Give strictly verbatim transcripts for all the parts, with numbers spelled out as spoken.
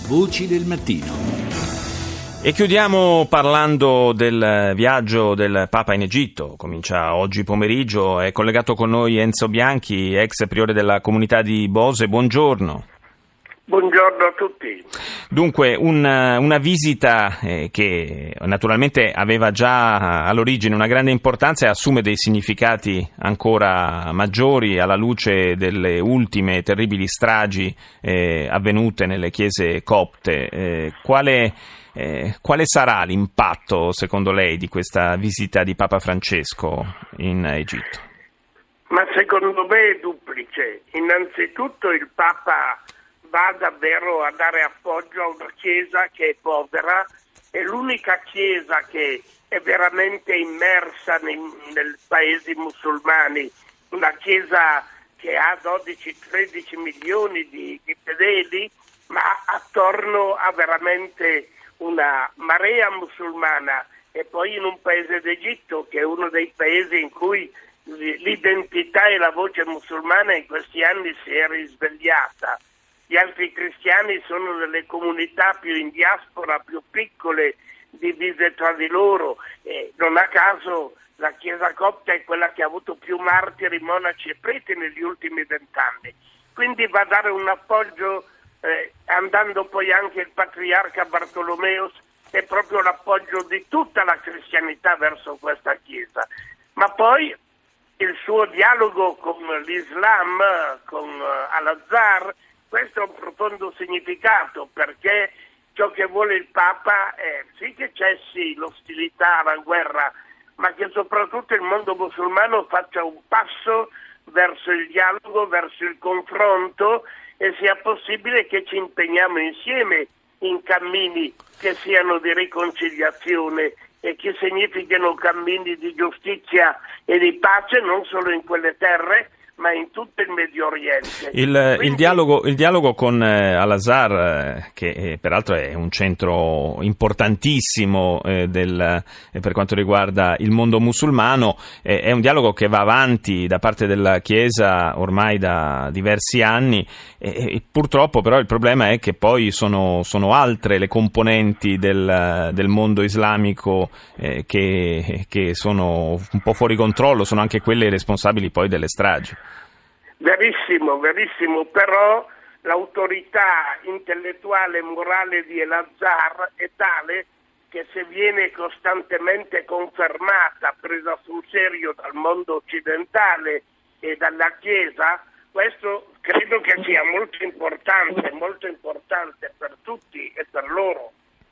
Voci del mattino. E chiudiamo parlando del viaggio del Papa in Egitto. Comincia oggi pomeriggio, è collegato con noi Enzo Bianchi, ex priore della comunità di Bose. Buongiorno. Buongiorno a tutti. Dunque, un, una visita eh, che naturalmente aveva già all'origine una grande importanza e assume dei significati ancora maggiori alla luce delle ultime terribili stragi eh, avvenute nelle chiese copte. Eh, quale, eh, quale sarà l'impatto, secondo lei, di questa visita di Papa Francesco in Egitto? Ma secondo me è duplice. Innanzitutto il Papa va davvero a dare appoggio a una Chiesa che è povera, è l'unica Chiesa che è veramente immersa nei, nei paesi musulmani, una Chiesa che ha dodici tredici milioni di, di fedeli, ma attorno a veramente una marea musulmana, e poi in un paese d'Egitto che è uno dei paesi in cui l'identità e la voce musulmana in questi anni si è risvegliata. Gli altri cristiani sono nelle comunità più in diaspora, più piccole, divise tra di loro, e non a caso la Chiesa copta è quella che ha avuto più martiri, monaci e preti negli ultimi vent'anni. Quindi va a dare un appoggio, eh, andando poi anche il patriarca Bartolomeus, è proprio l'appoggio di tutta la cristianità verso questa Chiesa. Ma poi il suo dialogo con l'Islam, con uh, Al-Azhar, questo ha un profondo significato, perché ciò che vuole il Papa è sì che cessi l'ostilità, la guerra, ma che soprattutto il mondo musulmano faccia un passo verso il dialogo, verso il confronto, e sia possibile che ci impegniamo insieme in cammini che siano di riconciliazione e che significhino cammini di giustizia e di pace non solo in quelle terre, ma in tutto il Medio Oriente. Il, Quindi... il, dialogo, il dialogo con eh, Al-Azhar, eh, che eh, peraltro è un centro importantissimo eh, del, eh, per quanto riguarda il mondo musulmano, eh, è un dialogo che va avanti da parte della Chiesa ormai da diversi anni, e, e purtroppo però il problema è che poi sono, sono altre le componenti del, del mondo islamico eh, che, che sono un po' fuori controllo, sono anche quelle responsabili poi delle stragi. Verissimo, verissimo, però l'autorità intellettuale e morale di Al-Azhar è tale che se viene costantemente confermata, presa sul serio dal mondo occidentale e dalla Chiesa, questo credo che sia molto importante, molto importante per tutti e per loro.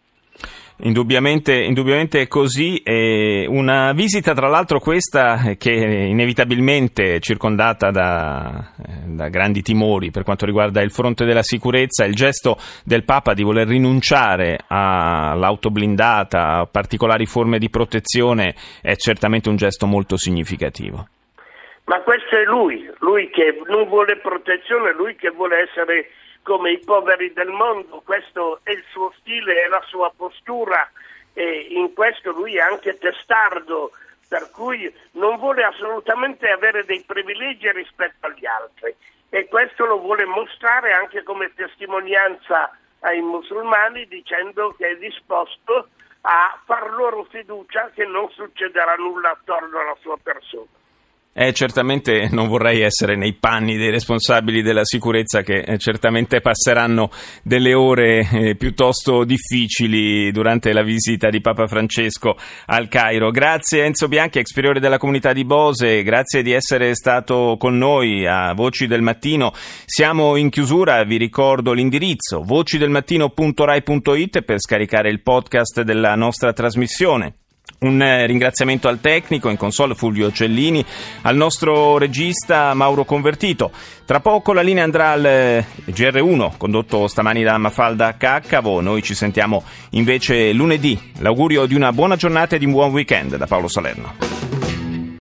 Indubbiamente, indubbiamente è così. È una visita, tra l'altro, questa che inevitabilmente è circondata da, da grandi timori per quanto riguarda il fronte della sicurezza. Il gesto del Papa di voler rinunciare all'auto blindata, a particolari forme di protezione, è certamente un gesto molto significativo. Ma questo è lui, lui che non vuole protezione, lui che vuole essere come i poveri del mondo. Questo è il suo stile, è la sua postura, e in questo lui è anche testardo, per cui non vuole assolutamente avere dei privilegi rispetto agli altri, e questo lo vuole mostrare anche come testimonianza ai musulmani, dicendo che è disposto a far loro fiducia che non succederà nulla attorno alla sua persona. Eh, certamente non vorrei essere nei panni dei responsabili della sicurezza, che eh, certamente passeranno delle ore eh, piuttosto difficili durante la visita di Papa Francesco al Cairo. Grazie Enzo Bianchi, ex priore della comunità di Bose, grazie di essere stato con noi a Voci del Mattino. Siamo in chiusura, vi ricordo l'indirizzo vocidelmattino punto rai punto it per scaricare il podcast della nostra trasmissione. Un ringraziamento al tecnico, in console Fulvio Cellini, al nostro regista Mauro Convertito. Tra poco la linea andrà al G R uno, condotto stamani da Mafalda Caccavo. Noi ci sentiamo invece lunedì. L'augurio di una buona giornata e di un buon weekend da Paolo Salerno.